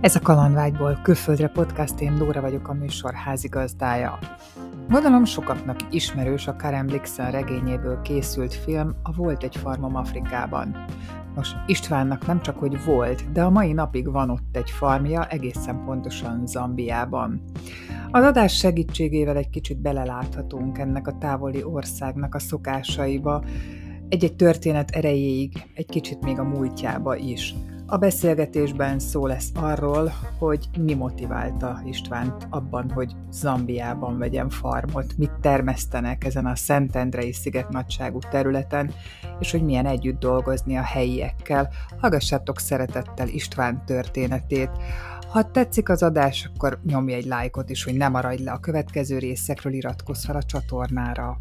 Ez a Kalandvágyból külföldre podcast, én Dóra vagyok, a műsor házigazdája. Gondolom sokaknak ismerős a Karen Blixen regényéből készült film, a Volt egy farmom Afrikában. Most Istvánnak nem csak hogy volt, de a mai napig van ott egy farmja, egészen pontosan Zambiában. Az adás segítségével egy kicsit beleláthatunk ennek a távoli országnak a szokásaiba, egy-egy történet erejéig, egy kicsit még a múltjába is. A beszélgetésben szó lesz arról, hogy mi motiválta Istvánt abban, hogy Zambiában vegyen farmot, mit termesztenek ezen a Szentendrei sziget nagyságú területen, és hogy milyen együtt dolgozni a helyiekkel. Hallgassátok szeretettel István történetét. Ha tetszik az adás, akkor nyomj egy lájkot, és hogy ne maradj le a következő részekről, iratkozz fel a csatornára.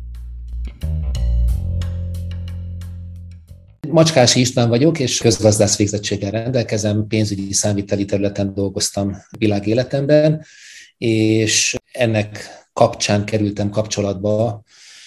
Macskási István vagyok, és közgazdász végzettséggel rendelkezem, pénzügyi számviteli területen dolgoztam világéletemben, és ennek kapcsán kerültem kapcsolatba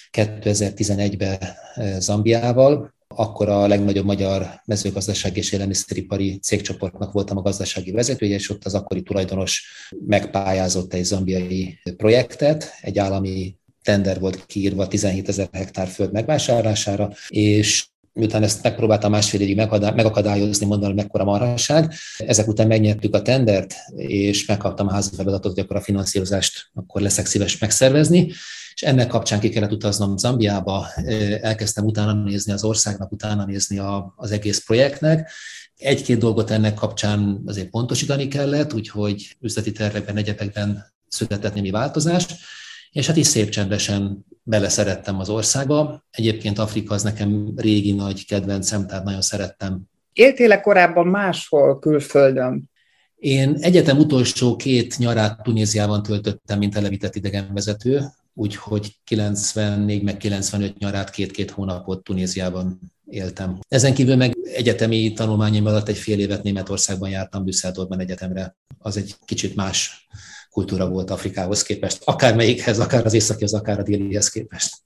2011-ben Zambiával. Akkor a legnagyobb magyar mezőgazdasági és élelmiszeripari cégcsoportnak voltam a gazdasági vezetője, és ott az akkori tulajdonos megpályázott egy zambiai projektet, egy állami tender volt kiírva 17 000 hektár föld megvásárlására, és miután ezt megpróbáltam másfél évig megakadályozni, mondani, hogy mekkora marhaság. Ezek után megnyertük a tendert, és megkaptam a házi feladatot, hogy akkor a finanszírozást akkor leszek szíves megszervezni, és ennek kapcsán ki kellett utaznom Zambiába, elkezdtem utána nézni az országnak, utána nézni az egész projektnek. Egy-két dolgot ennek kapcsán azért pontosítani kellett, úgyhogy üzleti tervekben, egyebekben született némi változás, és hát is szép csendesen beleszerettem az országba. Egyébként Afrika az nekem régi nagy kedvencem, tehát nagyon szerettem. Éltél-e korábban máshol külföldön? Én egyetem utolsó 2 nyarát Tunéziában töltöttem, mint elevített idegenvezető, úgyhogy 94 meg 95 nyarát 2-2 hónapot Tunéziában éltem. Ezen kívül meg egyetemi tanulmányaim alatt egy fél évet Németországban jártam, Düsseldorfban egyetemre. Az egy kicsit más kultúra volt Afrikához képest, akár melyikhez, akár az északihoz, akár a délihez képest.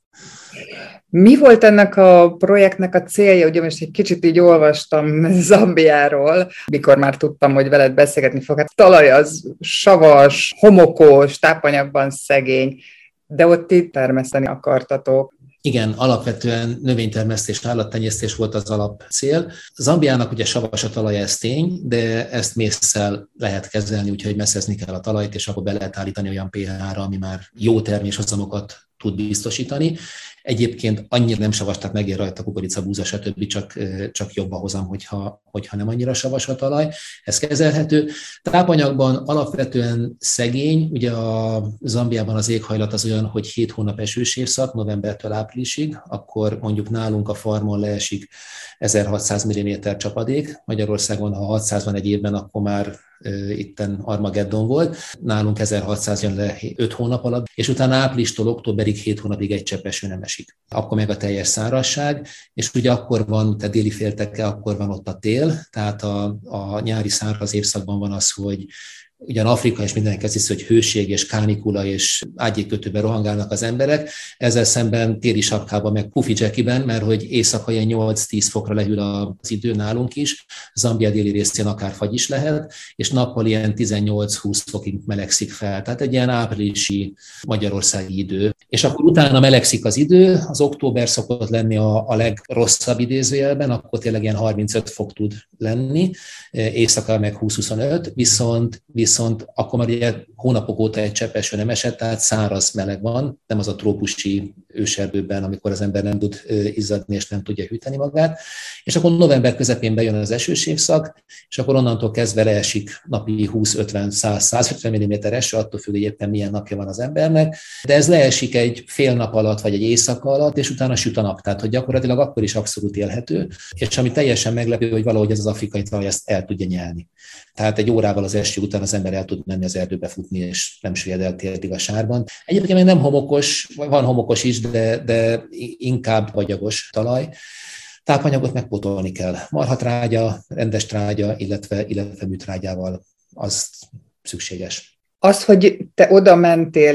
Mi volt ennek a projektnek a célja? Ugye most egy kicsit így olvastam Zambiáról, mikor már tudtam, hogy veled beszélgetni fog. Hát talaj az savas, homokos, tápanyagban szegény, de ott itt termeszteni akartatok. Igen, alapvetően növénytermesztés, állattenyésztés volt az alapcél. Zambiának ugye savas a talaja, ez tény, de ezt mésszel lehet kezelni, úgyhogy messzezni kell a talajt, és akkor be lehet állítani olyan pH-ra, ami már jó terméshozamokat tud biztosítani. Egyébként annyira nem savas, tehát megér rajta kukorica, búza, stb. Csak jobb a hozam, hogyha nem annyira savas a talaj. Ez kezelhető. Tápanyagban alapvetően szegény, ugye a Zambiában az éghajlat az olyan, hogy 7 hónap esős évszak, novembertől áprilisig, akkor mondjuk nálunk a farmon leesik 1600 mm csapadék. Magyarországon, ha 600 van egy évben, akkor már itten Armageddon volt. Nálunk 1600 jön le 5 hónap alatt, és utána áprilistól októberig 7 hónapig egy csepp eső nem esik. Akkor meg a teljes szárazság, és ugye akkor van, tehát déli félteke, akkor van ott a tél, tehát a nyári száraz évszakban van az, hogy ugyan Afrika és mindenki kezd hogy hőség és kánikula és ágyékkötőben rohangálnak az emberek, ezzel szemben téli sapkában meg pufi jackiben, mert hogy éjszaka ilyen 8-10 fokra lehűl az idő nálunk is, Zambia déli részén akár fagy is lehet, és nappal ilyen 18-20 fokig melegszik fel, tehát egy ilyen áprilisi magyarországi idő. És akkor utána melegszik az idő, az október szokott lenni a legrosszabb idézőjelben, akkor tényleg ilyen 35 fok tud lenni, éjszaka meg 20-25, viszont akkor már ugye hónapok óta egy csepp eső nem esett, tehát száraz meleg van, nem az a trópusi őserdőben, amikor az ember nem tud izzadni és nem tudja hűteni magát. És akkor november közepén bejön az esős évszak, és akkor onnantól kezdve leesik napi 20-50-100-150 mm eső, attól függ, hogy éppen milyen napja van az embernek, de ez leesik egy fél nap alatt, vagy egy éjszaka alatt, és utána süt a nap, tehát hogy gyakorlatilag akkor is abszolút élhető, és ami teljesen meglepő, hogy valahogy ez az afrikai talaj ezt el tudja nyelni. Tehát egy órával az eső után az ember el tud menni az erdőbe futni, és nem süllyed el térdig a sárban. Egyébként még nem homokos, van homokos is, de inkább vagyagos talaj. Tápanyagot megpótolni kell. Marhatrágya, rendes trágya, illetve műtrágyával az szükséges. Az, hogy te oda mentél,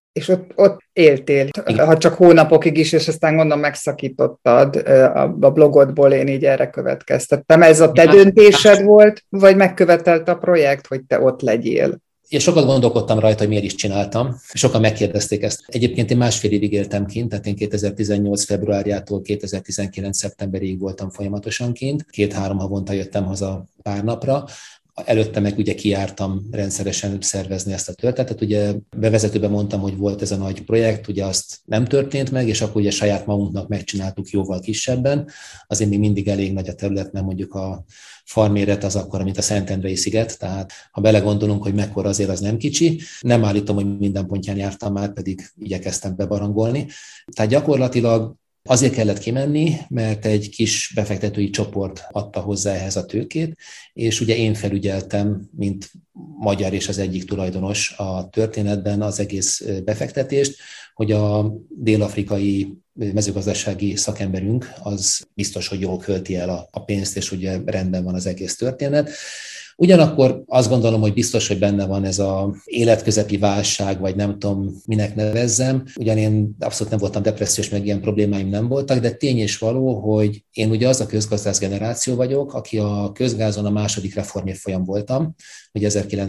És ott éltél, igen, ha csak hónapokig is, és aztán gondolom megszakítottad a blogodból, én így erre következtettem. Ez a te döntésed volt, vagy megkövetelt a projekt, hogy te ott legyél? Én sokat gondolkodtam rajta, hogy miért is csináltam. Sokan megkérdezték ezt. Egyébként én másfél évig éltem kint, tehát én 2018. februárjától 2019. szeptemberig voltam folyamatosan kint. 2-3 havonta jöttem haza pár napra. Előtte meg ugye kijártam rendszeresen szervezni ezt a történetet. Ugye bevezetőben mondtam, hogy volt ez a nagy projekt, ugye azt nem történt meg, és akkor ugye saját magunknak megcsináltuk jóval kisebben. Azért még mindig elég nagy a terület, mert mondjuk a farmméret az akkora, mint a Szentendrei sziget, tehát ha belegondolunk, hogy mekkora azért, az nem kicsi. Nem állítom, hogy minden pontján jártam már, pedig igyekeztem bebarangolni. Tehát gyakorlatilag azért kellett kimenni, mert egy kis befektetői csoport adta hozzá ehhez a tőkét, és ugye én felügyeltem, mint magyar és az egyik tulajdonos a történetben az egész befektetést, hogy a dél-afrikai mezőgazdasági szakemberünk az biztos, hogy jól költi el a pénzt, és ugye rendben van az egész történet. Ugyanakkor azt gondolom, hogy biztos, hogy benne van ez az életközepi válság, vagy nem tudom, minek nevezzem. Ugyan én abszolút nem voltam depressziós, meg ilyen problémáim nem voltak, de tény és való, hogy én ugye az a közgazdász generáció vagyok, aki a közgázon a második reformévfolyam voltam, hogy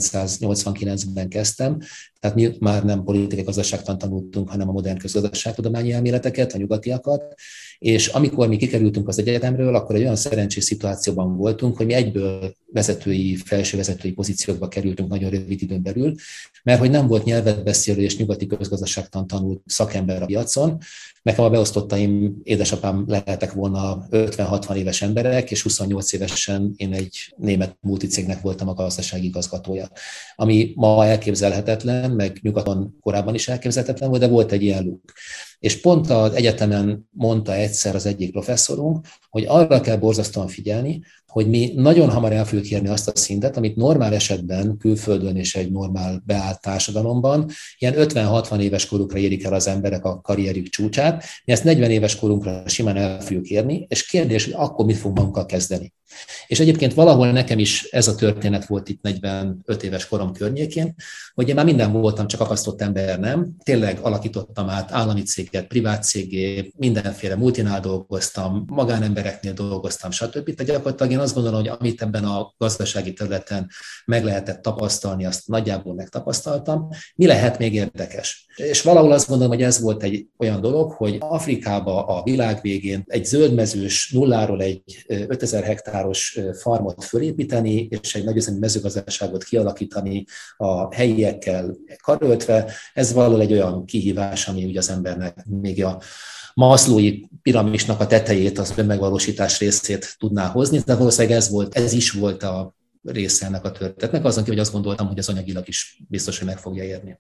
1989-ben kezdtem, tehát mi már nem politikai gazdaságtant tanultunk, hanem a modern közgazdaságtudományi elméleteket, a nyugatiakat, és amikor mi kikerültünk az egyetemről, akkor egy olyan szerencsés szituációban voltunk, hogy mi egyből felső vezetői pozíciókba kerültünk nagyon rövid időn belül, mert hogy nem volt nyelvet beszélő és nyugati közgazdaságtan tanult szakember a piacon. Nekem a beosztottaim, édesapám lehettek volna 50-60 éves emberek, és 28 évesen én egy német multicégnek voltam a gazdasági igazgatója. Ami ma elképzelhetetlen, meg nyugaton korábban is elképzelhetetlen volt, de volt egy ilyen luk. És pont az egyetemen mondta egyszer az egyik professzorunk, hogy arra kell borzasztóan figyelni, hogy mi nagyon hamar el fogjuk érni azt a szintet, amit normál esetben külföldön és egy normál beállt társadalomban ilyen 50-60 éves korukra érik el az emberek a karrierjük csúcsát, mi ezt 40 éves korunkra simán el fogjuk érni, és kérdés, hogy akkor mit fog magunkkal kezdeni. És egyébként valahol nekem is ez a történet volt itt 45 éves korom környékén, hogy én már minden voltam, csak akasztott ember nem. Tényleg alakítottam át állami céget, privát cégé, mindenféle multinál dolgoztam, magánembereknél dolgoztam, stb. Tehát gyakorlatilag én azt gondolom, hogy amit ebben a gazdasági területen meg lehetett tapasztalni, azt nagyjából megtapasztaltam. Mi lehet még érdekes? És valahol azt gondolom, hogy ez volt egy olyan dolog, hogy Afrikába a világ végén egy zöldmezős nulláról egy 5000 hektáros farmot fölépíteni, és egy nagyüzemi mezőgazdaságot kialakítani a helyiekkel karöltve, ez valahol egy olyan kihívás, ami ugye az embernek még a Maslow'i piramisnak a tetejét, az önmegvalósítás részét tudná hozni, tehát valószínűleg ez is volt a része ennek a történetnek, azon kívül, hogy azt gondoltam, hogy az anyagilag is biztos, hogy meg fogja érni.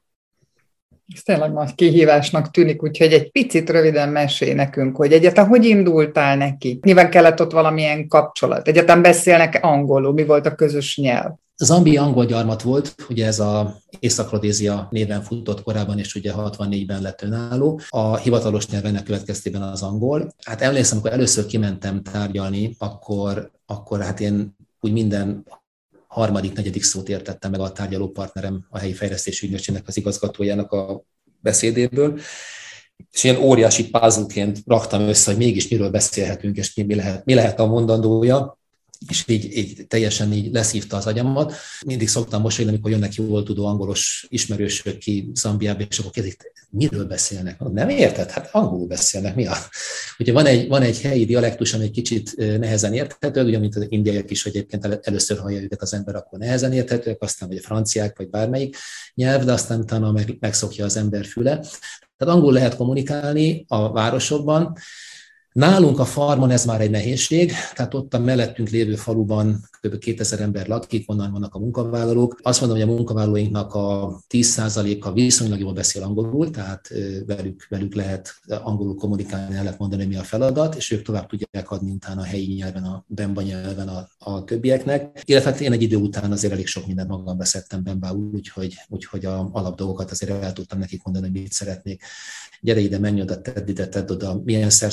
Ez tényleg nagy kihívásnak tűnik, úgyhogy egy picit röviden mesélj nekünk, hogy egyáltalán hogy indultál neki? Nyilván kellett ott valamilyen kapcsolat. Egyáltalán beszélnek angolul, mi volt a közös nyelv? Zambia angol gyarmat volt, ugye ez a Észak-Rodézia néven futott korábban, és ugye 64-ben lett önálló. A hivatalos nyelv ennek következtében az angol. Hát emlékszem, amikor először kimentem tárgyalni, akkor hát én úgy minden harmadik, negyedik szót értettem meg a tárgyaló partnerem, a helyi fejlesztési ügynökségnek az igazgatójának a beszédéből. És ilyen óriási puzzleként raktam össze, hogy mégis miről beszélhetünk, és mi lehet a mondandója. És így teljesen így leszívta az agyamat. Mindig szoktam mosolyogni, amikor jönnek jól tudó angolos ismerősök ki Zambiába, és akkor kérdezik, miről beszélnek? Nem érted? Hát angolul beszélnek, mi a? Ugye van egy helyi dialektus, ami egy kicsit nehezen érthető, ugye, mint az indiaiak is, hogy egyébként először hallja őket az ember, akkor nehezen érthetőek, aztán vagy a franciák, vagy bármelyik nyelv, de aztán utána megszokja az ember füle. Tehát angolul lehet kommunikálni a városokban. Nálunk a farmon ez már egy nehézség, tehát ott a mellettünk lévő faluban kb. 2000 ember lakik, onnan vannak a munkavállalók. Azt mondom, hogy a munkavállalóinknak a 10%-a viszonylag jól beszél angolul, tehát velük lehet angolul kommunikálni, el lehet mondani, mi a feladat, és ők tovább tudják adni utána a helyi nyelven, a bemba nyelven a többieknek. Illetve én egy idő után azért elég sok mindent magamba szedtem bembául, úgyhogy a alapdolgokat azért el tudtam nekik mondani, hogy mit szeretnék. Gyere ide, menj oda, tedd ide, tedd oda, milyen szerszámot fog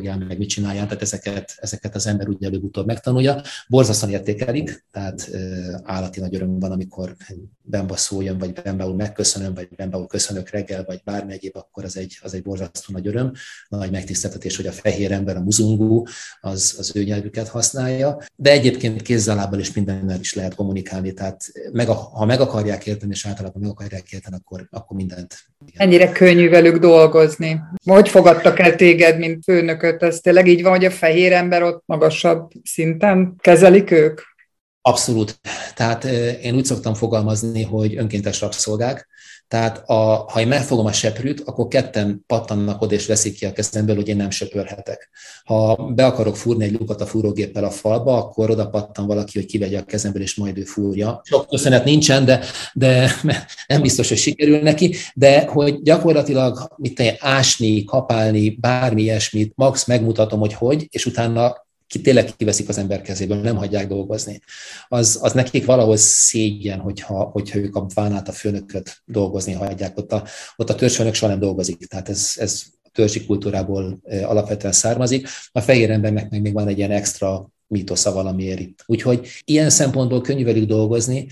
fogjál, meg mit csináljál, tehát ezeket az ember úgy előbb-utóbb megtanulja. Borzasztóan értékelik, tehát állati nagy öröm van, amikor Bemba szó jön, vagy Bemba úr megköszönöm, vagy Bemba úr köszönök reggel, vagy bármi egyéb, akkor az egy borzasztó nagy öröm, nagy megtiszteltetés, hogy a fehér ember, a muzungú, az ő nyelvüket használja, de egyébként kézzel-lábbal is mindennel is lehet kommunikálni, tehát ha meg akarják érteni, és általában meg akarják érteni, akkor mindent. Igen. Ennyire könnyű velük dolgozni. Hogy fogadtak el téged, mint főnököt? Ez tényleg így van, hogy a fehér ember ott magasabb szinten kezelik ők? Abszolút. Tehát én úgy szoktam fogalmazni, hogy önkéntes rabszolgák. Tehát ha én megfogom a seprűt, akkor ketten pattannak oda és veszik ki a kezemből, hogy én nem söpörhetek. Ha be akarok fúrni egy lukat a fúrógéppel a falba, akkor oda pattan valaki, hogy kivegye a kezemből, és majd ő fúrja. Sok köszönet nincsen, de nem biztos, hogy sikerül neki, de hogy gyakorlatilag ásni, kapálni, bármi ilyesmit, max megmutatom, hogy, és utána tényleg kiveszik az ember kezéből, nem hagyják dolgozni. Az nekik valahol szégyen, hogyha ők a vállát, a főnököt dolgozni hagyják. Ott a törzsfőnök soha nem dolgozik, tehát ez a törzsi kultúrából alapvetően származik. A fehér embernek meg még van egy ilyen extra mítosza valamiért itt. Úgyhogy ilyen szempontból könnyű velük dolgozni,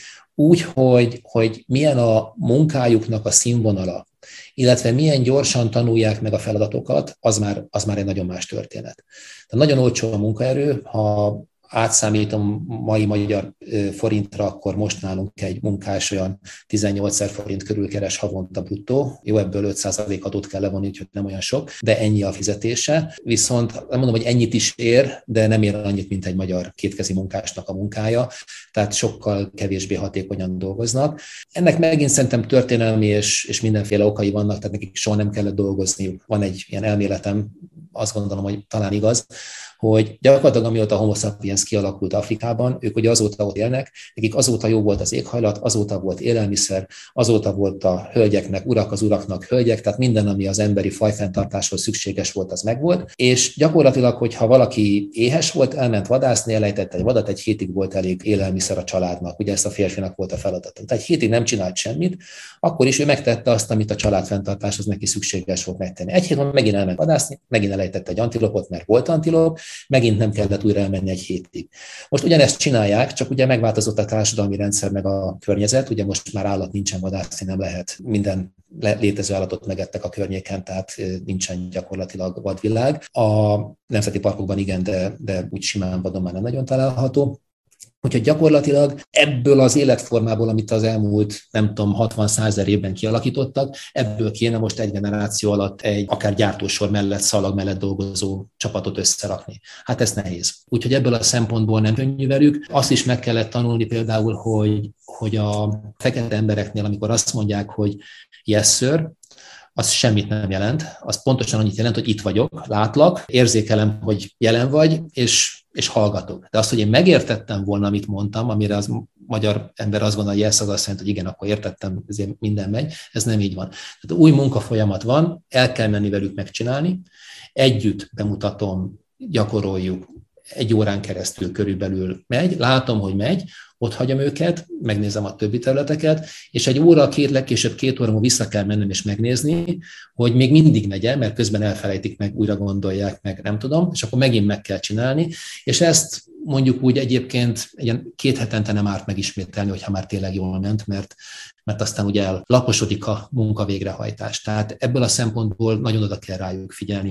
hogy milyen a munkájuknak a színvonala, illetve milyen gyorsan tanulják meg a feladatokat, az már egy nagyon más történet. Tehát nagyon olcsó a munkaerő, ha átszámítom mai magyar forintra, akkor most nálunk egy munkás olyan 18 forint körül keres havonta bruttó. Jó, ebből 5% adót kell levonni, úgyhogy nem olyan sok, de ennyi a fizetése. Viszont nem mondom, hogy ennyit is ér, de nem ér annyit, mint egy magyar kétkezi munkásnak a munkája, tehát sokkal kevésbé hatékonyan dolgoznak. Ennek megint szerintem történelmi és mindenféle okai vannak, tehát nekik soha nem kellett dolgozniuk. Van egy ilyen elméletem, azt gondolom, hogy talán igaz, hogy gyakorlatilag amióta a Homo sapiens kialakult Afrikában, ők ugye azóta ott élnek, nekik azóta jó volt az éghajlat, azóta volt élelmiszer, azóta volt a hölgyeknek urak, az uraknak hölgyek, tehát minden, ami az emberi fajfenntartáshoz szükséges volt, az megvolt, és gyakorlatilag, hogyha valaki éhes volt, elment vadászni, elejtett egy vadat, egy hétig volt elég élelmiszer a családnak, ugye ezt a férfinak volt a feladata. Tehát egy hétig nem csinált semmit, akkor is ő megtette azt, amit a családfenntartáshoz neki szükséges volt megtenni. Egy héten megint elment vadászni, megint elejtett egy antilopot, mert volt antilop, megint nem kellett újra elmenni egy hétig. Most ugyanezt csinálják, csak ugye megváltozott a társadalmi rendszer meg a környezet, ugye most már állat nincsen, vadászni nem lehet, minden létező állatot megettek a környéken, tehát nincsen gyakorlatilag vadvilág. A nemzeti parkokban igen, de úgy simán vadon már nem nagyon található. Úgyhogy gyakorlatilag ebből az életformából, amit az elmúlt, nem tudom, 60-100 évben kialakítottak, ebből kéne most egy generáció alatt egy akár gyártósor mellett, szalag mellett dolgozó csapatot összerakni. Hát ez nehéz. Úgyhogy ebből a szempontból nem könnyű velük. Azt is meg kellett tanulni például, hogy a fekete embereknél, amikor azt mondják, hogy yes, sir, az semmit nem jelent. Az pontosan annyit jelent, hogy itt vagyok, látlak, érzékelem, hogy jelen vagy, és hallgatok. De azt, hogy én megértettem volna, amit mondtam, amire az magyar ember azt gondolja, hogy yes, az azt jelenti, hogy igen, akkor értettem, ezért minden megy, ez nem így van. Tehát új munkafolyamat van, el kell menni velük megcsinálni, együtt bemutatom, gyakoroljuk, 1 órán keresztül körülbelül megy, látom, hogy megy, ott hagyom őket, megnézem a többi területeket, és 1 óra, legkésőbb 2 óra múlva vissza kell mennem és megnézni, hogy még mindig megy, mert közben elfelejtik meg, újra gondolják meg, nem tudom, és akkor megint meg kell csinálni, és ezt mondjuk úgy egyébként 2 hetente nem árt megismételni, hogyha már tényleg jól ment, mert aztán ugye laposodik a munka végrehajtás. Tehát ebből a szempontból nagyon oda kell rájuk figyelni,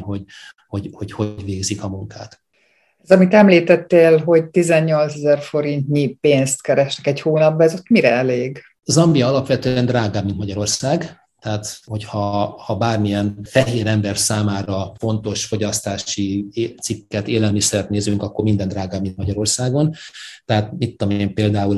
hogy végzik a munkát. Ez, amit említettél, hogy 18 000 forintnyi pénzt keresnek egy hónapban, ez ott mire elég? Zambia alapvetően drágább, mint Magyarország. Tehát, hogyha bármilyen fehér ember számára fontos fogyasztási cikket, élelmiszert nézünk, akkor minden drágább, mint Magyarországon. Tehát mit tudom én, például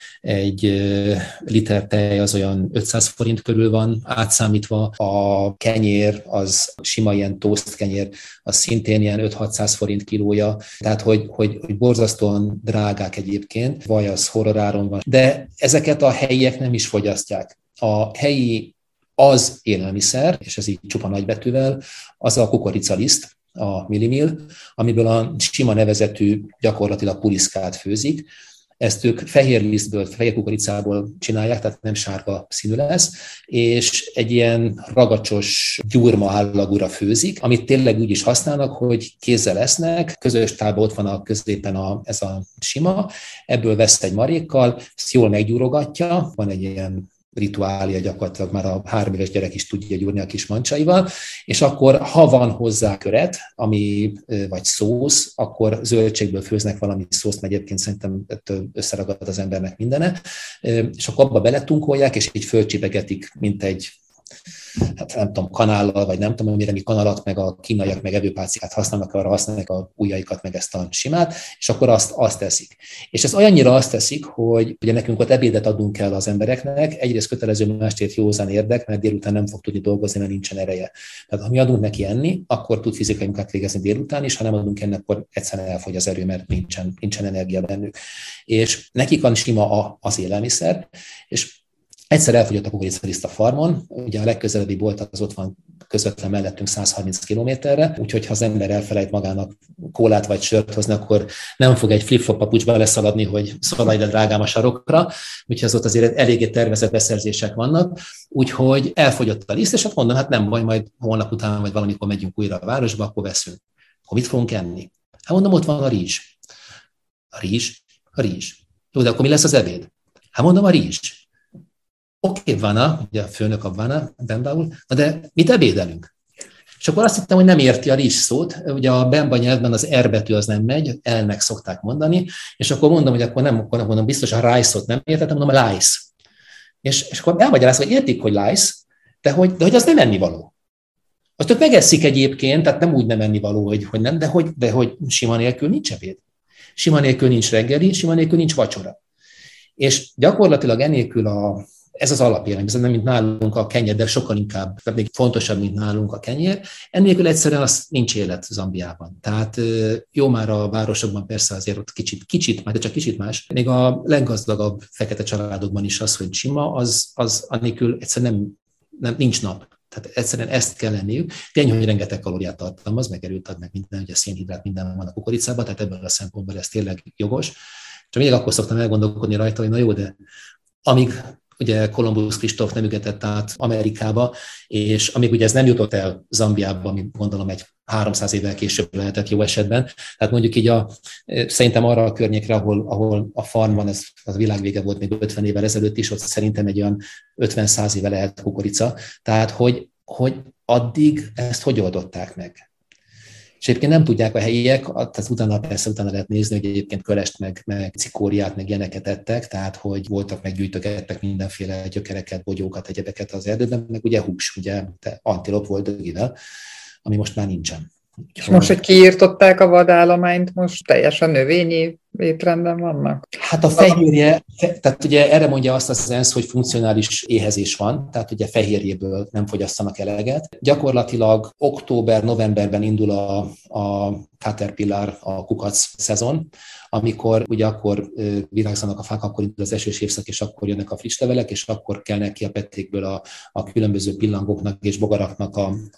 egy liter tej az olyan 500 forint körül van átszámítva, a kenyér, az sima ilyen toast kenyér, az szintén ilyen 5-600 forint kilója, tehát hogy borzasztóan drágák egyébként, vaj az horroráron van. De ezeket a helyiek nem is fogyasztják. A helyi az élelmiszer, és ez így csupa nagybetűvel, az a kukoricaliszt, a millimill, amiből a sima nevezetű gyakorlatilag puliszkát főzik. ezt ők fehér lisztből, fehér kukoricából csinálják, tehát nem sárga színű lesz, és egy ilyen ragacsos gyurma állagúra főzik, amit tényleg úgy is használnak, hogy kézzel esznek, közös tálba ott van a középen ez a sima, ebből vesz egy marékkal, ezt jól meggyúrogatja, van egy ilyen rituália, gyakorlatilag már a 3 éves gyerek is tudja gyúrni a kis mancsaival, és akkor, ha van hozzá köret, vagy szósz, akkor zöldségből főznek valami szószt, mert egyébként szerintem ettől összeragad az embernek mindene, és akkor abba beletunkolják, és így fölcsipegetik, mint egy, hát nem tudom, kanállal, vagy nem tudom, mire mi kanalat, meg a kínaiak, meg evőpálcikát használnak, arra használják a ujjaikat, meg ezt a simát, és akkor azt teszik. És ez olyannyira azt teszik, hogy ugye nekünk ott ebédet adunk el az embereknek, egyrészt kötelező, másrészt józan érdek, mert délután nem fog tudni dolgozni, mert nincsen ereje. Tehát ha mi adunk neki enni, akkor tud fizikai munkát végezni délután, és ha nem adunk enni, akkor egyszerűen elfogy az erő, mert nincsen energia bennük. És nekik a sima az élelmiszer, és egyszer elfogyott a kukoricaliszt a farmon, ugye a legközelebbi bolt az ott van közvetlen mellettünk 130 kilométerre, úgyhogy ha az ember elfelejt magának kólát vagy sört hozni, akkor nem fog egy flip-flop papucsba leszaladni, hogy szólj ide drágám a sarokra, úgyhogy az ott azért eléggé tervezett beszerzések vannak, úgyhogy elfogyott a liszt, és hát mondom, hát nem baj, majd holnap után, vagy valamikor megyünk újra a városba, akkor veszünk. Akkor mit fogunk enni? Hát mondom, ott van a rizs. A rizs. Jó, de akkor mi lesz az ebéd? Hát mondom, a rizs. Oké, Vana, ugye a főnök a Vana, Bemba úr, de mit ebédelünk? És akkor azt hittem, hogy nem érti a rizs szót, ugye a Bemba nyelvben az R betű az nem megy, elnek szokták mondani, és akkor mondom, hogy akkor nem mondom, biztos a rice-ot nem értettem, mondom a lice. És akkor elmagyarázom, hogy értik, hogy lice, de hogy az nem ennivaló. Azt ők megeszik egyébként, tehát nem úgy nem ennivaló, hogy nem, de hogy sima nélkül nincs ebéd. Sima nélkül nincs reggeli, sima nélkül nincs vacsora. És gyakorlatilag ennélkül ez az alapélmény, ez nem mint nálunk a kenyér, de sokkal inkább, még fontosabb, mint nálunk a kenyér. Ennélkül egyszerűen az nincs élet Zambiában. Tehát jó már a városokban persze azért ott kicsit, de csak kicsit más. Még a leggazdagabb fekete családokban is az, hogy sima, az annélkül egyszerűen nincs nap. Tehát egyszerűen ezt kell lenniük. Tény, hogy rengeteg kalóriát tartalmaz, meg erőt ad, meg minden, ugye szénhidrát, minden van a kukoricában, tehát ebből a szempontból ez tényleg jogos. Csak még akkor szoktam elgondolkodni rajta, hogy na jó, de amíg ugye Kolumbusz Kristóf nem ügetett át Amerikába, és amíg ugye ez nem jutott el Zambiába, ami gondolom egy 300 évvel később lehetett jó esetben. Tehát mondjuk így szerintem arra a környékre, ahol a farm van, ez a világvége volt még 50 évvel ezelőtt is, ott szerintem egy olyan 50-100 éve lehet kukorica. Tehát, hogy addig ezt hogy oldották meg? És egyébként nem tudják a helyiek, tehát utána lehet nézni, hogy egyébként kölest, meg cikóriát, meg ilyeneket ettek, tehát hogy voltak, meggyűjtögettek mindenféle gyökereket, bogyókat, egyebeket az erdőben, meg ugye hús, ugye antilop volt dögivel, ami most már nincsen. És most, hogy kiírtották a vadállományt, most teljesen növényi étrendben vannak? Hát a fehérje, tehát ugye erre mondja azt az ENSZ, hogy funkcionális éhezés van, tehát ugye fehérjéből nem fogyasztanak eleget. Gyakorlatilag október-novemberben indul a caterpillar, a kukac szezon, amikor ugye akkor virágzanak a fák, akkor indul az esős évszak, és akkor jönnek a friss levelek, és akkor kelnek ki a petékből a különböző pillangóknak és bogaraknak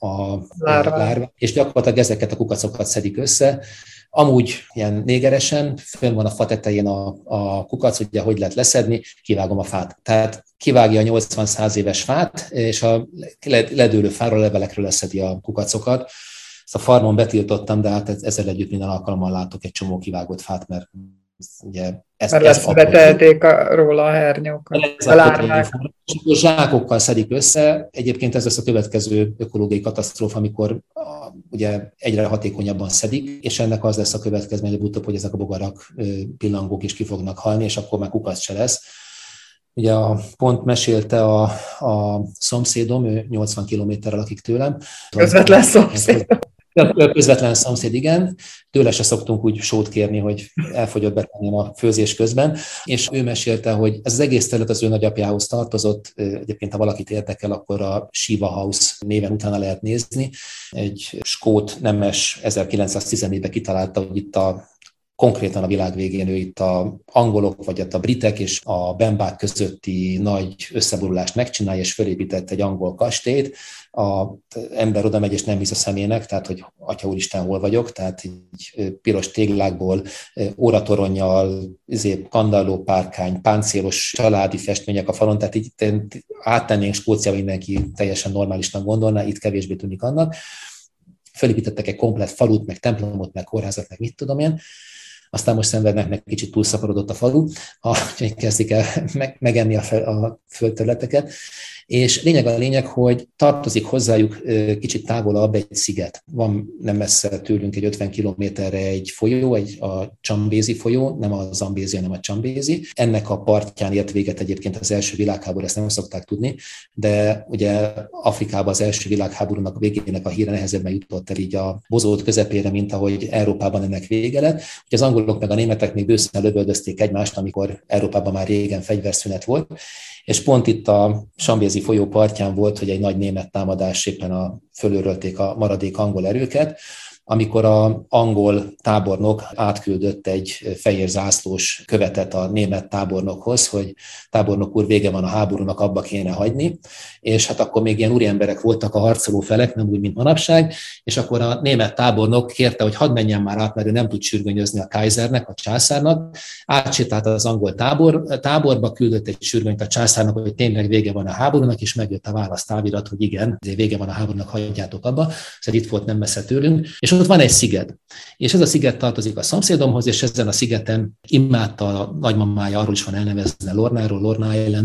a lárva. És gyakorlatilag ezeket a kukacokat szedik össze. Amúgy ilyen négeresen, fönn van a fa tetején a kukac, ugye hogy lehet leszedni, kivágom a fát. Tehát kivágja a 80-100 éves fát, és a ledőlő fáról, levelekről leszedi a kukacokat. Ezt a farmon betiltottam, de hát ezzel együtt minden alkalommal látok egy csomó kivágott fát, mert ugye leszbetelték róla a hernyókat, a lárvák. Zsákokkal szedik össze. Egyébként ez lesz a következő ökológiai katasztrófa, amikor ugye egyre hatékonyabban szedik, és ennek az lesz a következmény utóbb, hogy ezek a bogarak, pillangók is ki fognak halni, és akkor már kukac se lesz. Ugye pont mesélte a szomszédom, ő 80 kilométerrel lakik tőlem. Közvetlen szomszéd. Közvetlen szomszéd, igen. Tőle se szoktunk úgy sót kérni, hogy elfogyott betenni a főzés közben. És ő mesélte, hogy ez az egész terület az ő nagyapjához tartozott. Egyébként, ha valakit érdekel, akkor a Shiva House néven utána lehet nézni. Egy skót nemes 1914-ben kitalálta, hogy itt a konkrétan a világ végén ő itt a angolok, vagy a britek és a bembák közötti nagy összeborulást megcsinálja, és fölépített egy angol kastélyt. Az ember oda megy, és nem hisz a szemének, tehát, hogy Atya Úristen, hol vagyok, tehát így piros téglákból, óratoronnyal, kandallópárkány, páncélos családi festmények a falon, tehát így áttennénk Skóciába, mindenki teljesen normálisnak gondolná, itt kevésbé tűnik annak. Fölépítettek egy komplett falut, meg templomot, meg kórházat, meg mit tudom én. Aztán most szenvednek, meg kicsit túlszaporodott a falu, úgyhogy kezdik el megenni a földterületeket. És lényeg, hogy tartozik hozzájuk kicsit távolabb egy sziget. Van nem messze tőlünk egy 50 kilométerre egy folyó, a Csambézi folyó, nem a Zambézi, hanem a Csambézi. Ennek a partján ért véget egyébként az első világháború, ezt nem szokták tudni, de ugye Afrikában az első világháborúnak végének a híre nehezebben jutott el így a bozót közepére, mint ahogy Európában ennek vége lett. Ugye az angolok meg a németek még bőszen lövöldözték egymást, amikor Európában már régen fegyverszünet volt, és pont itt a Zambézi folyó partján volt, hogy egy nagy német támadás éppen fölőrölték a maradék angol erőket, amikor az angol tábornok átküldött egy fehér zászlós követet a német tábornokhoz, hogy tábornok úr, vége van a háborúnak, abba kéne hagyni, és hát akkor még ilyen úriemberek voltak a harcoló felek, nem úgy, mint manapság, és akkor a német tábornok kérte, hogy hadd menjen már át, mert ő nem tud sürgönyözni a Kaisernek, a császárnak, átsétált az angol táborba, küldött egy sürgönyt a császárnak, hogy tényleg vége van a háborúnak, és megjött a választávirat, hogy igen, vége van a háborúnak, hagyjátok abba, szóval itt volt nem messze tőlünk, és ott van egy sziget, és ez a sziget tartozik a szomszédomhoz, és ezen a szigeten imádta a nagymamája, arról is van elnevezve Lorna Island,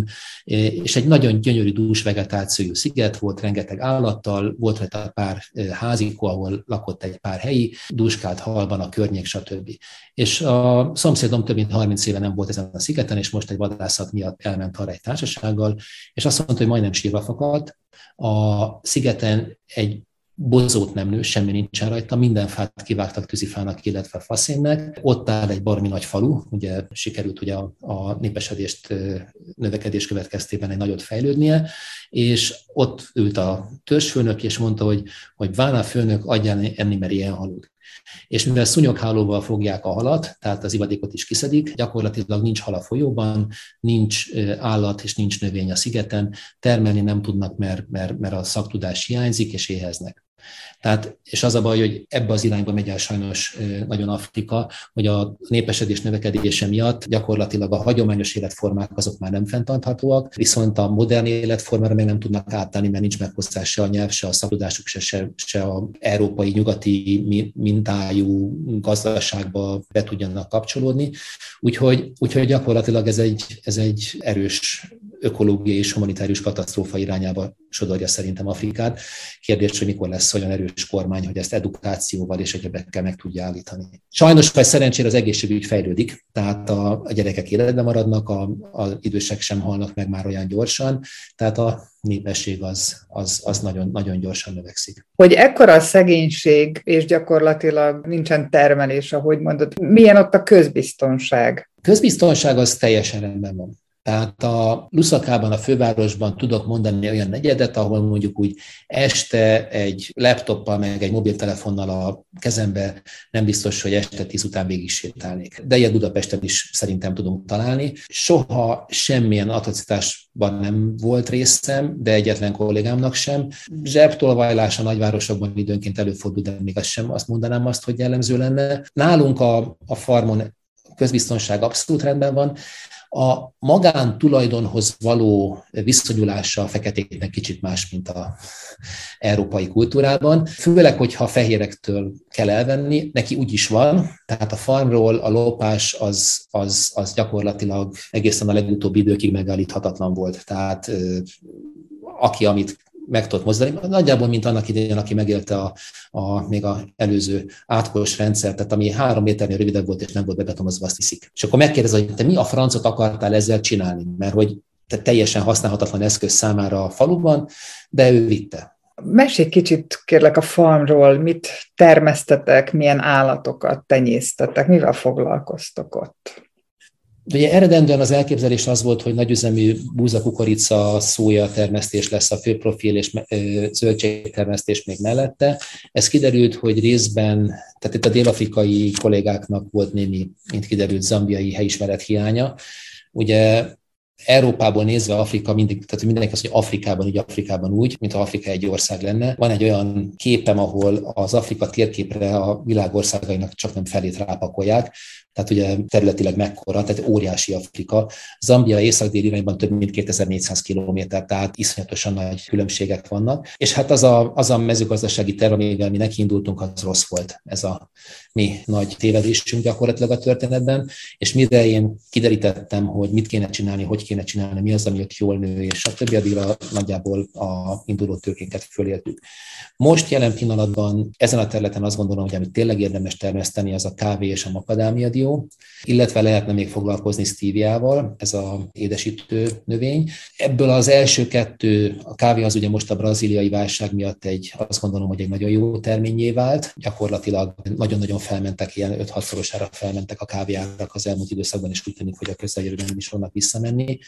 és egy nagyon gyönyörű dús vegetációjú sziget volt, rengeteg állattal, volt rajta pár házikó, ahol lakott egy pár helyi, dúskált halban a környék, stb. És a szomszédom több mint 30 éve nem volt ezen a szigeten, és most egy vadászat miatt elment arra egy társasággal, és azt mondta, hogy majdnem sírva fakadt. A szigeten egy bozót nem nő, semmi nincsen rajta, minden fát kivágtak tűzifának, illetve faszénnek. Ott áll egy baromi nagy falu, ugye sikerült ugye a népesedést, növekedés következtében egy nagyot fejlődnie, és ott ült a törzsfőnök, és mondta, hogy Vána főnök, adjál enni, mert ilyen halunk. És mivel szúnyoghálóval fogják a halat, tehát az ivadékot is kiszedik, gyakorlatilag nincs hal a folyóban, nincs állat és nincs növény a szigeten, termelni nem tudnak, mert a szaktudás hiányzik, és éheznek. Tehát, és az a baj, hogy ebbe az irányba megy el sajnos nagyon Afrika, hogy a népesedés növekedése miatt gyakorlatilag a hagyományos életformák azok már nem fenntarthatóak, viszont a modern életformára meg nem tudnak átállni, mert nincs meg hozzá se a nyelv, se a szaktudásuk, se az európai nyugati mintájú gazdaságba be tudjanak kapcsolódni. Úgyhogy gyakorlatilag ez egy erős ökológiai és humanitárius katasztrófa irányába sodorja szerintem Afrikát. Kérdés, hogy mikor lesz olyan erős kormány, hogy ezt edukációval és egyebekkel meg tudja állítani. Sajnos vagy szerencsére az egészségügy fejlődik, tehát a gyerekek életben maradnak, az idősek sem halnak meg már olyan gyorsan, tehát a népesség az nagyon, nagyon gyorsan növekszik. Hogy ekkora a szegénység, és gyakorlatilag nincsen termelés, ahogy mondod, milyen ott a közbiztonság? Közbiztonság az teljesen rendben van. Tehát a Lusakában, a fővárosban tudok mondani olyan negyedet, ahol mondjuk úgy este egy laptoppal, meg egy mobiltelefonnal a kezembe nem biztos, hogy este 10 után végig sétálnék. De ilyet Budapesten is szerintem tudunk találni. Soha semmilyen atrocitásban nem volt részem, de egyetlen kollégámnak sem. Zsebtolvajlás a nagyvárosokban időnként előfordul, de még azt mondanám, hogy jellemző lenne. Nálunk a farmon közbiztonság abszolút rendben van. A magántulajdonhoz való viszonyulása a feketéknek kicsit más, mint az európai kultúrában. Főleg, hogyha fehérektől kell elvenni, neki úgy is van, tehát a farmról a lopás az gyakorlatilag egészen a legutóbbi időkig megállíthatatlan volt. Tehát aki amit meg tudott mozdani, nagyjából, mint annak idején, aki megélte még az előző átkos rendszert, tehát ami 3 méternél rövidebb volt, és nem volt bebetonozva, azt viszik. És akkor megkérdez, hogy te mi a francot akartál ezzel csinálni, mert hogy te teljesen használhatatlan eszköz számára a faluban, de ő vitte. Mesélj kicsit kérlek a farmról, mit termesztetek, milyen állatokat tenyésztetek, mivel foglalkoztok ott? Ugye eredendően az elképzelés az volt, hogy nagyüzemű búzakukorica, szója termesztés lesz a fő profil, és zöldségtermesztés még mellette. Ez kiderült, hogy részben, tehát itt a dél-afrikai kollégáknak volt némi, mint kiderült, zambiai helyismeret hiánya. Ugye Európából nézve Afrika mindig, tehát mindenki azt mondja, Afrikában úgy, mintha Afrika egy ország lenne. Van egy olyan képem, ahol az Afrika térképre a világ országainak csak nem felét rápakolják, tehát ugye területileg mekkora, tehát óriási Afrika. Zambia észak-déli irányban több mint 2400 kilométer, tehát iszonyatosan nagy különbségek vannak. És hát az a mezőgazdasági terv, amivel mi nekiindultunk, az rossz volt. Ez a mi nagy tévedésünk gyakorlatilag a történetben. És mire én kiderítettem, hogy mit kéne csinálni, hogy kéne csinálni, mi az, ami ott jól nő, és a többi addigra nagyjából a induló tőkénket föléltük. Most jelen pillanatban ezen a területen azt gondolom, hogy amit tényleg érdemes termeszteni, az a kávé és a makadámiadió, illetve lehetne még foglalkozni sztíviával, ez az édesítő növény. Ebből az első kettő, a kávé az ugye most a brazíliai válság miatt azt gondolom, hogy egy nagyon jó terményé vált. Gyakorlatilag nagyon-nagyon felmentek, ilyen 5-6-szorosára felmentek a kávéárak az elmúlt időszakban, és úgy tűnik, hogy a közeljövőben is fognak visszamenni.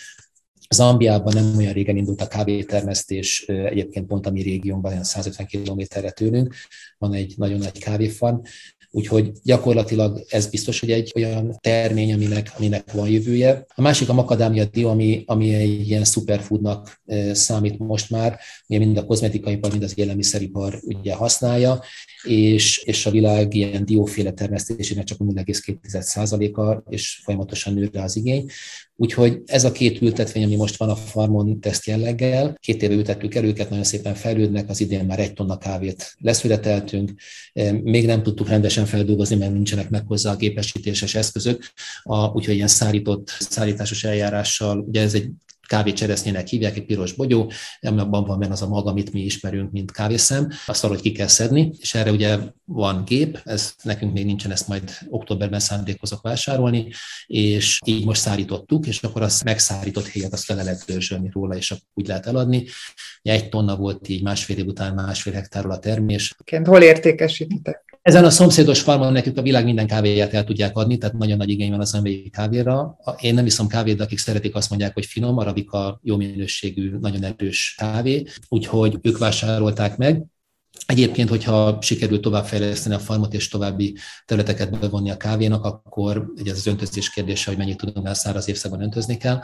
Zambiában nem olyan régen indult a kávétermesztés, egyébként pont a mi régiónkban, olyan 150 kilométerre tőlünk, van egy nagyon nagy kávéfarm, úgyhogy gyakorlatilag ez biztos, hogy egy olyan termény, aminek van jövője. A másik a makadámia dió, ami egy ilyen superfoodnak számít most már, ugye mind a kozmetikaipar, mind az élelmiszeripar ugye használja, és a világ ilyen dióféle termesztésének csak 0,2%-a, és folyamatosan nő rá az igény. Úgyhogy ez a két ültetvény, ami most van a farmon teszt jelleggel, 2 éve ültettük el őket, nagyon szépen fejlődnek, az idén már 1 tonna kávét leszületeltünk, még nem tudtuk rendesen feldolgozni, mert nincsenek meg hozzá a gépesítéses eszközök, úgyhogy ilyen szárításos eljárással, ugye ez egy kávécseresznyének hívják, egy piros bogyó, abban van benne az a mag, amit mi ismerünk, mint kávészem, azt valahogy ki kell szedni, és erre ugye van gép, ez nekünk még nincsen, ezt majd októberben szándékozok vásárolni, és így most szárítottuk, és akkor azt megszárított héjat, azt le lehet dörzsölni róla, és akkor úgy lehet eladni. 1 tonna volt így 1,5 év után 1,5 hektárról a termés. Hol értékesítitek? Ezen a szomszédos farmon nekünk a világ minden kávéját el tudják adni, tehát nagyon nagy igény van az zambiai kávéra. Én nem iszom kávét, de akik szeretik, azt mondják, hogy finom, arabika, jó minőségű, nagyon erős kávé, úgyhogy ők vásárolták meg. Egyébként, hogyha sikerül továbbfejleszteni a farmot és további területeket bevonni a kávénak, akkor ugye ez az öntözés kérdése, hogy mennyit tudunk el száraz évszakban öntözni kell,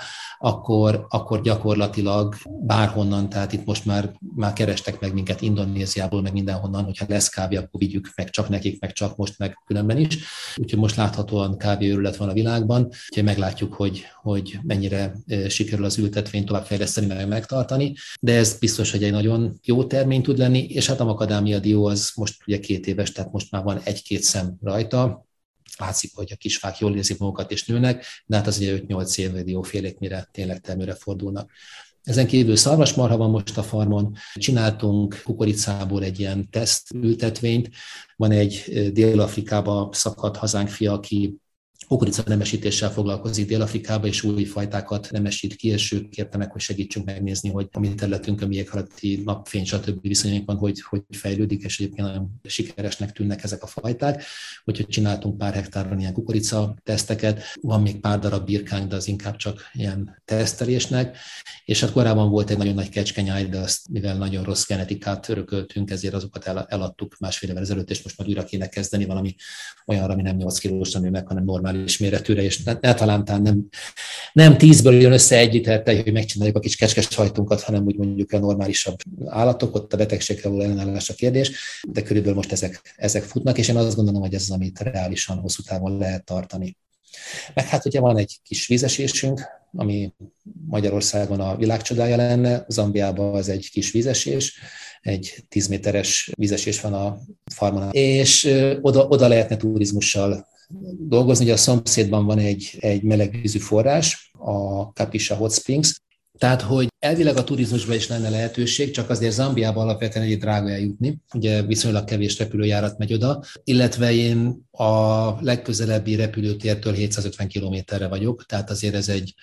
akkor gyakorlatilag bárhonnan, tehát itt most már kerestek meg minket Indonéziából, meg mindenhonnan, hogyha lesz kávé, akkor vigyük meg csak nekik, meg csak most, meg különben is. Úgyhogy most láthatóan kávéőrület van a világban, úgyhogy meglátjuk, hogy mennyire sikerül az ültetvényt továbbfejleszteni, meg megtartani, de ez biztos, hogy egy nagyon jó termény tud lenni, és hát a makadámia dió az most ugye 2 éves, tehát most már van 1-2 szem rajta. Látszik, hogy a kisfák jól érzik magukat és nőnek, de hát az ugye 5-8 év diófélék, mire tényleg termőre fordulnak. Ezen kívül szarvasmarha van most a farmon, csináltunk kukoricából egy ilyen tesztültetvényt, van egy Dél-Afrikába szakadt hazánk fia, aki kukorica nemesítéssel foglalkozik Dél-Afrikába, és új fajtákat nemesít ki, és ők kérte meg, hogy segítsünk megnézni, hogy a mi területünkön, mi éghajlati napfény, stb. Viszonyaink van, hogy fejlődik, és egyébként nagyon sikeresnek tűnnek ezek a fajták. Úgyhogy csináltunk pár hektáron ilyen kukorica teszteket, van még pár darab birkánk, de az inkább csak ilyen tesztelésnek, és hát korábban volt egy nagyon nagy kecskenyáj, de azt, mivel nagyon rossz genetikát örököltünk, ezért azokat eladtuk 1,5 évvel ezelőtt, és most már újra kéne kezdeni valami olyanra, ami nem 8 kilós nőnek, hanem normális méretűre, és ne talántán nem 10-ből jön össze 1 liter tej, hogy megcsináljuk a kis kecskes sajtunkat, hanem úgy mondjuk a normálisabb állatok, ott a betegségre való ellenállás a kérdés, de körülbelül most ezek futnak, és én azt gondolom, hogy ez az, amit reálisan hosszú távon lehet tartani. Meg hát ugye van egy kis vízesésünk, ami Magyarországon a világ csodája lenne, Zambiában az egy kis vízesés, egy 10 méteres vízesés van a farmon, és oda lehetne turizmussal dolgozni. Ugye a szomszédban van egy melegvízű forrás, a Kapisha Hot Springs, tehát, hogy elvileg a turizmusban is lenne lehetőség, csak azért Zambiában alapvetően egy drága eljutni, ugye viszonylag kevés repülőjárat megy oda, illetve én a legközelebbi repülőtértől 750 kilométerre vagyok, tehát azért ez egy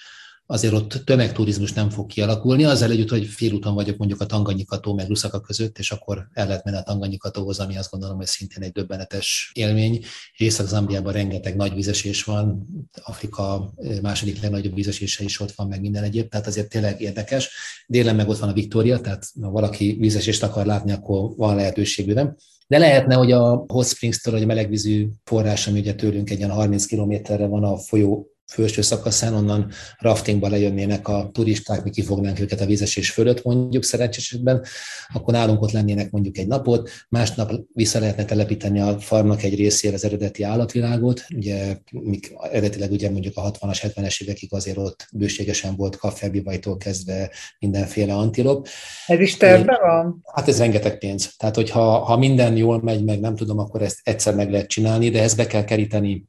azért ott tömegturizmus nem fog kialakulni, azzal együtt, hogy félúton vagyok mondjuk a Tanganyika-tó meg Lusaka között, és akkor el lehet menni a Tanganyika-tóhoz, ami azt gondolom, hogy szintén egy döbbenetes élmény. Észak-Zambiában rengeteg nagy vízesés van, Afrika második legnagyobb vízesése is ott van, meg minden egyéb, tehát azért tényleg érdekes. Délen meg ott van a Victoria, tehát ha valaki vízesést akar látni, akkor van lehetőség bőven. De lehetne, hogy a Hot Springs-től, hogy a melegvízű forrás, ami ugye tőlünk egy ilyen 30 kilométerre van a folyó felső szakaszán, onnan raftingba lejönnének a turisták, mi kifognánk őket a vízesés fölött mondjuk szerencsés esetben, akkor nálunk ott lennének mondjuk egy napot, másnap vissza lehetne telepíteni a farmnak egy részére az eredeti állatvilágot, ugye eredetileg ugye mondjuk a 60-as, 70-es évekig azért ott bőségesen volt kaffebivajtól kezdve mindenféle antilop. Ez is tervben van? Hát ez rengeteg pénz. Tehát, hogyha minden jól megy, meg nem tudom, akkor ezt egyszer meg lehet csinálni, de ezt be kell keríteni,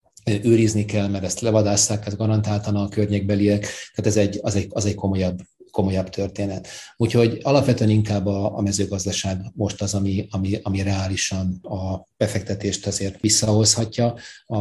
őrizni kell, mert ezt levadásszák, ez garantáltan a környékbeliek, tehát az egy komolyabb történet. Úgyhogy alapvetően inkább a mezőgazdaság most az, ami reálisan a befektetést azért visszahozhatja,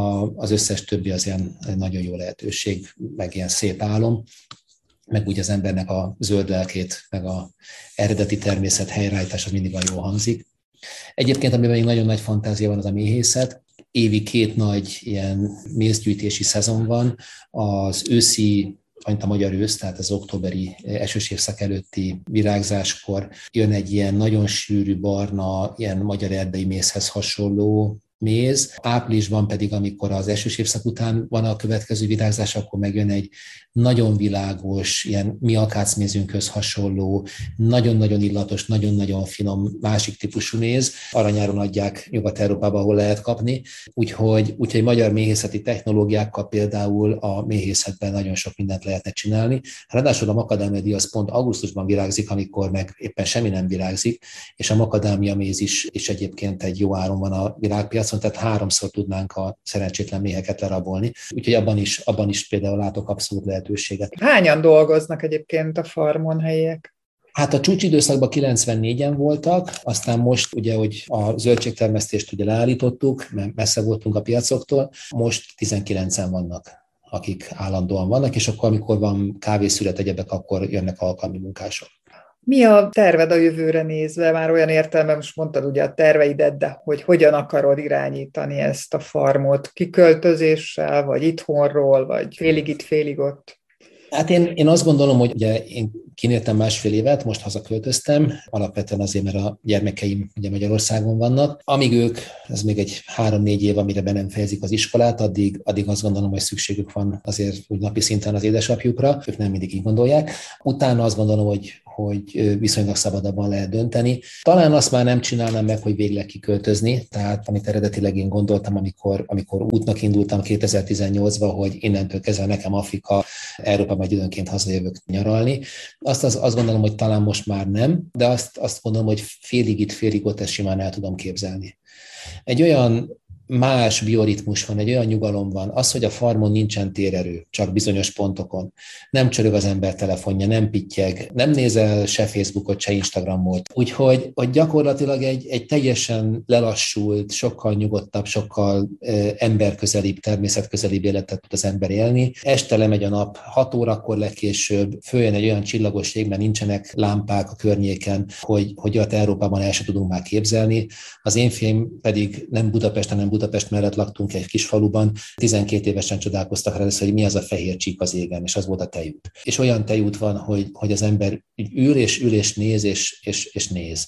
az összes többi az ilyen nagyon jó lehetőség, meg ilyen szép álom, meg úgy az embernek a zöld lelkét, meg a eredeti természet helyreállítása mindig olyan jól hangzik. Egyébként, amiben még nagyon nagy fantázia van, az a méhészet. Évi 2 nagy ilyen mézgyűjtési szezon van, az őszi, a magyar ősz, tehát az októberi esős évszak előtti virágzáskor jön egy ilyen nagyon sűrű barna, ilyen magyar erdei mézhez hasonló méz. Áprilisban pedig, amikor az esős évszak után van a következő virágzás, akkor megjön egy nagyon világos, ilyen mi akácmézünkhöz hasonló, nagyon-nagyon illatos, nagyon-nagyon finom másik típusú méz. Aranyáron adják Nyugat-Európában, ahol lehet kapni. Úgyhogy magyar méhészeti technológiákkal például a méhészetben nagyon sok mindent lehetne csinálni. Ráadásul a makadámia az pont augusztusban virágzik, amikor meg éppen semmi nem virágzik, és a makadámia méz is egyébként egy jó áron van a világpiacon, tehát 3-szor tudnánk a szerencsétlen méheket lerabolni. Úgyhogy abban is például látok abszolút lehetőséget. Hányan dolgoznak egyébként a farmon helyiek? Hát a csúcsidőszakban 94-en voltak, aztán most ugye, hogy a zöldségtermesztést ugye leállítottuk, mert messze voltunk a piacoktól, most 19-en vannak, akik állandóan vannak, és akkor, amikor van kávészület egyebek, akkor jönnek alkalmi munkások. Mi a terved a jövőre nézve? Már olyan értelemben most mondtad ugye a terveidet, de hogy hogyan akarod irányítani ezt a farmot? Kiköltözéssel, vagy itthonról, vagy félig itt, félig ott? Hát én azt gondolom, hogy ugye én kinéltem 1,5 évet, most hazaköltöztem, alapvetően azért, mert a gyermekeim ugye Magyarországon vannak. Amíg ők, ez még egy 3-4 év, amire be nem fejezik az iskolát, addig azt gondolom, hogy szükségük van azért úgy napi szinten az édesapjukra, ők nem mindig így gondolják. Utána azt gondolom, hogy viszonylag szabadabban lehet dönteni. Talán azt már nem csinálnám meg, hogy végleg kiköltözni, tehát amit eredetileg én gondoltam, amikor útnak indultam 2018-ban, hogy innentől kezdve nekem Afrika, Európa majd időnként hazajövök nyaralni. Azt gondolom, hogy talán most már nem, de azt gondolom, hogy félig itt, félig ott ezt simán el tudom képzelni. Egy olyan más bioritmus van, egy olyan nyugalom van, az, hogy a farmon nincsen térerő, csak bizonyos pontokon. Nem csörög az ember telefonja, nem pittyeg, nem nézel se Facebookot, se Instagramot. Úgyhogy gyakorlatilag egy teljesen lelassult, sokkal nyugodtabb, sokkal emberközelibb, természetközelibb életet tud az ember élni. Este lemegy a nap 6 órakor legkésőbb, följön egy olyan csillagos ég, mert nincsenek lámpák a környéken, hogy ott Európában el se tudunk már képzelni. Az én fiaim pedig nem Budapesten, hanem Budapest mellett laktunk egy kis faluban, 12 évesen csodálkoztak rá, hogy mi az a fehér csík az égen, és az volt a tejút. És olyan tejút van, hogy az ember ül és néz, és néz.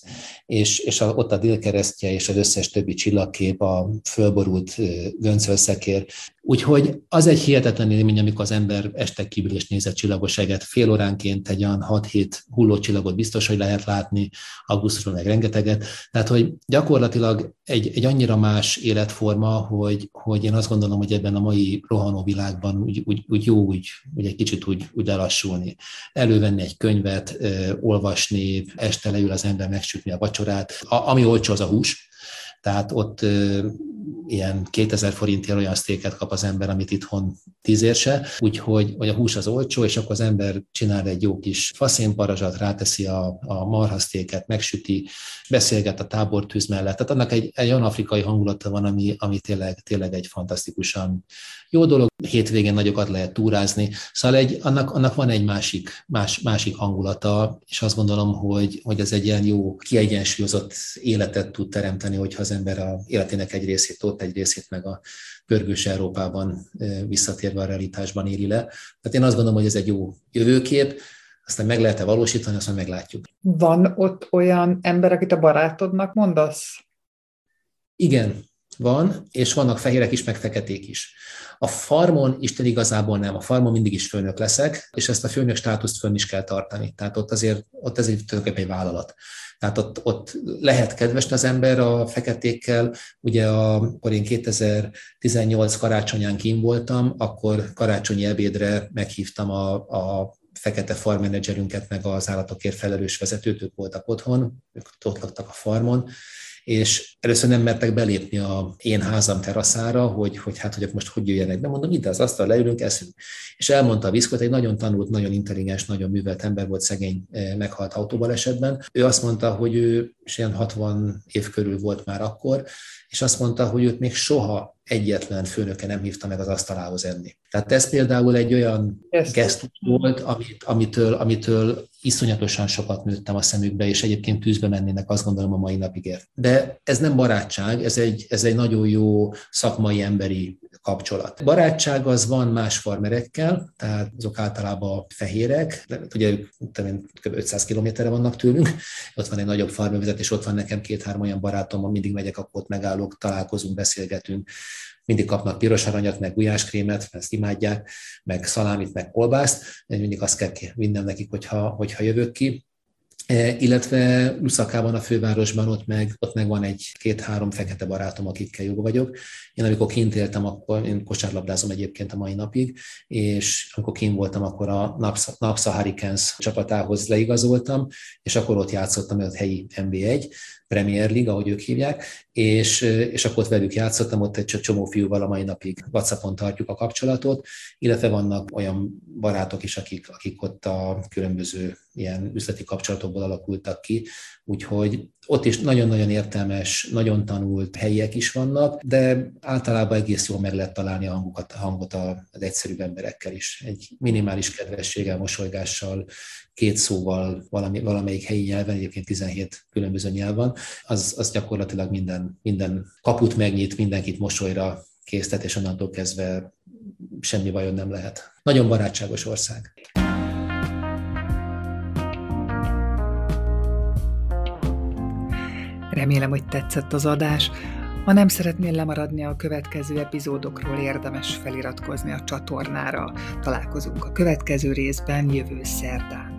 És ott a délkeresztje és az összes többi csillagkép, a fölborult göncölszekér. Úgyhogy az egy hihetetlen élmény, amikor az ember este kívül és néz a csillagosságot, fél óránként egy olyan 6-7 hullócsillagot biztos, hogy lehet látni, augusztusban meg rengeteget. Tehát, hogy gyakorlatilag egy annyira más életforma, hogy én azt gondolom, hogy ebben a mai rohanó világban úgy jó egy kicsit úgy lelassulni. Elővenni egy könyvet, olvasni, este leül az ember megsütni a vacsorát. Ami olcsó, az a hús. Tehát ott ilyen 2000 forintért olyan sztéket kap az ember, amit itthon 10 se, úgyhogy a hús az olcsó, és akkor az ember csinál egy jó kis faszénparazsat, ráteszi a marhasztéket, megsüti, beszélget a tábortűz mellett. Tehát annak egy olyan afrikai hangulata van, ami tényleg egy fantasztikusan jó dolog. hétvégén nagyokat lehet túrázni. Szóval annak van egy másik hangulata, és azt gondolom, hogy ez egy ilyen jó, kiegyensúlyozott életet tud teremteni, hogyha az ember a életének egy részét ott, egy részét meg a pörgős Európában visszatérve a realitásban éri le. Tehát én azt gondolom, hogy ez egy jó jövőkép, aztán meg lehet-e valósítani, azt meglátjuk. Van ott olyan ember, akit a barátodnak mondasz? Igen, van, és vannak fehérek is, meg feketék is. A farmon Isten igazából nem, a farmon mindig is főnök leszek, és ezt a főnök státuszt fönn is kell tartani. Tehát ott azért tulajdonképpen egy vállalat. Tehát ott lehet kedves az ember a feketékkel. Ugye akkor én 2018 karácsonyán kín voltam, akkor karácsonyi ebédre meghívtam a fekete farmmenedzserünket, meg az állatokért felelős vezetőt, ők voltak otthon, ők ott laktak a farmon, és először nem mertek belépni a én házam teraszára, hogy most hogy jöjjenek be. Mondom, ide az asztal, leülünk, eszünk. És elmondta a Viszkot, egy nagyon tanult, nagyon intelligens, nagyon művelt ember volt, szegény, meghalt autóbalesetben. Ő azt mondta, hogy ő és ilyen 60 év körül volt már akkor, és azt mondta, hogy őt még soha egyetlen főnöke nem hívta meg az asztalához enni. Tehát ez például egy olyan gesztus volt, amitől iszonyatosan sokat nőttem a szemükbe, és egyébként tűzbe mennének, azt gondolom, a mai napig ért. De ez nem barátság, ez egy nagyon jó szakmai, emberi kapcsolat. Barátság az van más farmerekkel, tehát azok általában fehérek, ugye ők kb. 500 kilométerre vannak tőlünk, ott van egy nagyobb farmövezet, és ott van nekem 2-3 olyan barátom, mindig megyek, akkor ott megállok, találkozunk, beszélgetünk, mindig kapnak piros aranyat, meg gulyáskrémet, ezt imádják, meg szalámit, meg kolbászt, mindig azt kell vinnem nekik, hogyha jövök ki. Illetve Lusakában, a fővárosban ott meg van egy 2-3 fekete barátom, akikkel jó vagyok. Én amikor kint éltem, akkor én kosárlabdázom egyébként a mai napig, és amikor kint voltam, akkor a Napsa Hurricanes csapatához leigazoltam, és akkor ott játszottam, ott helyi NB1, Premier League, ahogy ők hívják, és akkor ott velük játszottam, ott egy csomó fiúval a mai napig WhatsAppon tartjuk a kapcsolatot, illetve vannak olyan barátok is, akik ott a különböző ilyen üzleti kapcsolatokból alakultak ki, úgyhogy ott is nagyon-nagyon értelmes, nagyon tanult helyiek is vannak, de általában egész jól meg lehet találni a hangot az egyszerűbb emberekkel is. Egy minimális kedvességgel, mosolygással, 2 szóval valamelyik helyi nyelven, egyébként 17 különböző nyelv van, az gyakorlatilag minden kaput megnyit, mindenkit mosolyra késztet, és onnantól kezdve semmi vajon nem lehet. Nagyon barátságos ország. Remélem, hogy tetszett az adás. Ha nem szeretnél lemaradni a következő epizódokról, érdemes feliratkozni a csatornára. Találkozunk a következő részben jövő szerdán.